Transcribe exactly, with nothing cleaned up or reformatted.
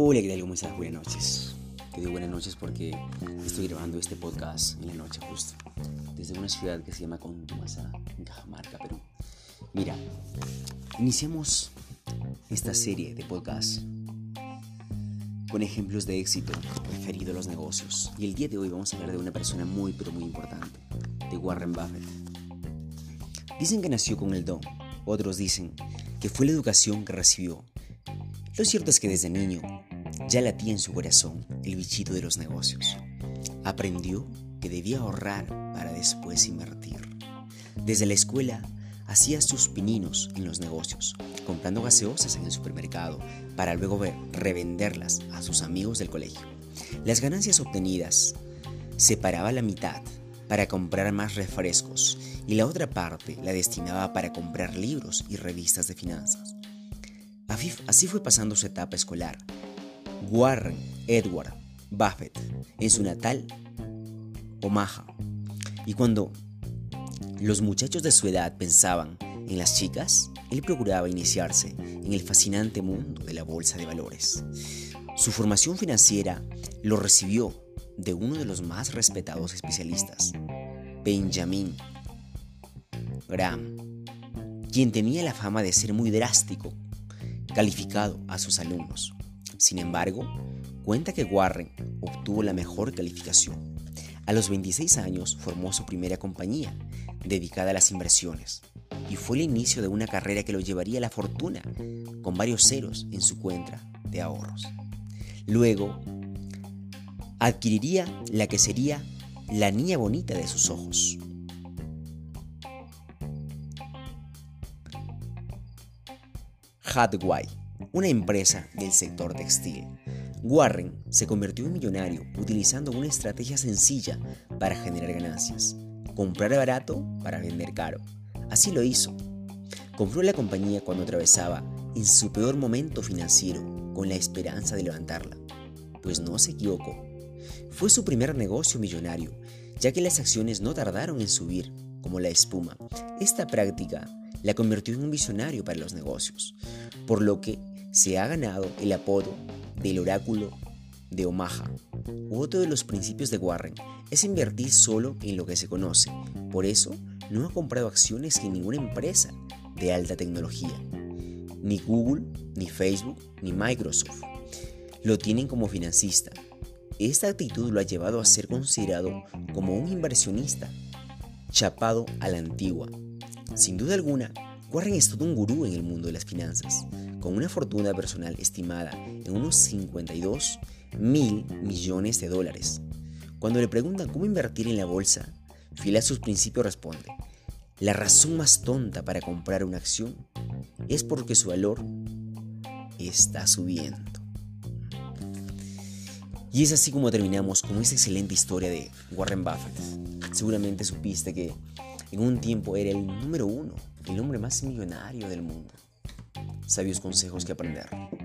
Hola, ¿qué tal? ¿Cómo estás? Buenas noches. Te digo buenas noches porque estoy grabando este podcast en la noche justo desde una ciudad que se llama Contumaxá, en Cajamarca, Perú. Mira, iniciamos esta serie de podcasts con ejemplos de éxito referido a los negocios. Y el día de hoy vamos a hablar de una persona muy pero muy importante, de Warren Buffett. Dicen que nació con el don, otros dicen que fue la educación que recibió. Lo cierto es que desde niño ya latía en su corazón el bichito de los negocios. Aprendió que debía ahorrar para después invertir. Desde la escuela hacía sus pininos en los negocios, comprando gaseosas en el supermercado para luego revenderlas a sus amigos del colegio. Las ganancias obtenidas separaba la mitad para comprar más refrescos y la otra parte la destinaba para comprar libros y revistas de finanzas. Así fue pasando su etapa escolar. Warren Edward Buffett en su natal Omaha. Y cuando los muchachos de su edad pensaban en las chicas, él procuraba iniciarse en el fascinante mundo de la bolsa de valores. Su formación financiera lo recibió de uno de los más respetados especialistas, Benjamin Graham, quien tenía la fama de ser muy drástico calificado a sus alumnos. Sin embargo, cuenta que Warren obtuvo la mejor calificación. A los veintiséis años formó su primera compañía dedicada a las inversiones y fue el inicio de una carrera que lo llevaría a la fortuna, con varios ceros en su cuenta de ahorros. Luego, adquiriría la que sería la niña bonita de sus ojos. Hathaway, una empresa del sector textil. Warren se convirtió en millonario utilizando una estrategia sencilla para generar ganancias: comprar barato para vender caro. Así lo hizo. Compró la compañía cuando atravesaba en su peor momento financiero con la esperanza de levantarla. Pues no se equivocó. Fue su primer negocio millonario, ya que las acciones no tardaron en subir como la espuma. Esta práctica la convirtió en un visionario para los negocios, por lo que se ha ganado el apodo del oráculo de Omaha. Otro de los principios de Warren es invertir solo en lo que se conoce. Por eso no ha comprado acciones en ninguna empresa de alta tecnología. Ni Google, ni Facebook, ni Microsoft lo tienen como financista. Esta actitud lo ha llevado a ser considerado como un inversionista chapado a la antigua. Sin duda alguna, Warren es todo un gurú en el mundo de las finanzas, con una fortuna personal estimada en unos cincuenta y dos mil millones de dólares. Cuando le preguntan cómo invertir en la bolsa, fiel a sus principios responde: la razón más tonta para comprar una acción es porque su valor está subiendo. Y es así como terminamos con esta excelente historia de Warren Buffett. Seguramente supiste que en un tiempo era el número uno, el hombre más millonario del mundo. Sabios consejos que aprender.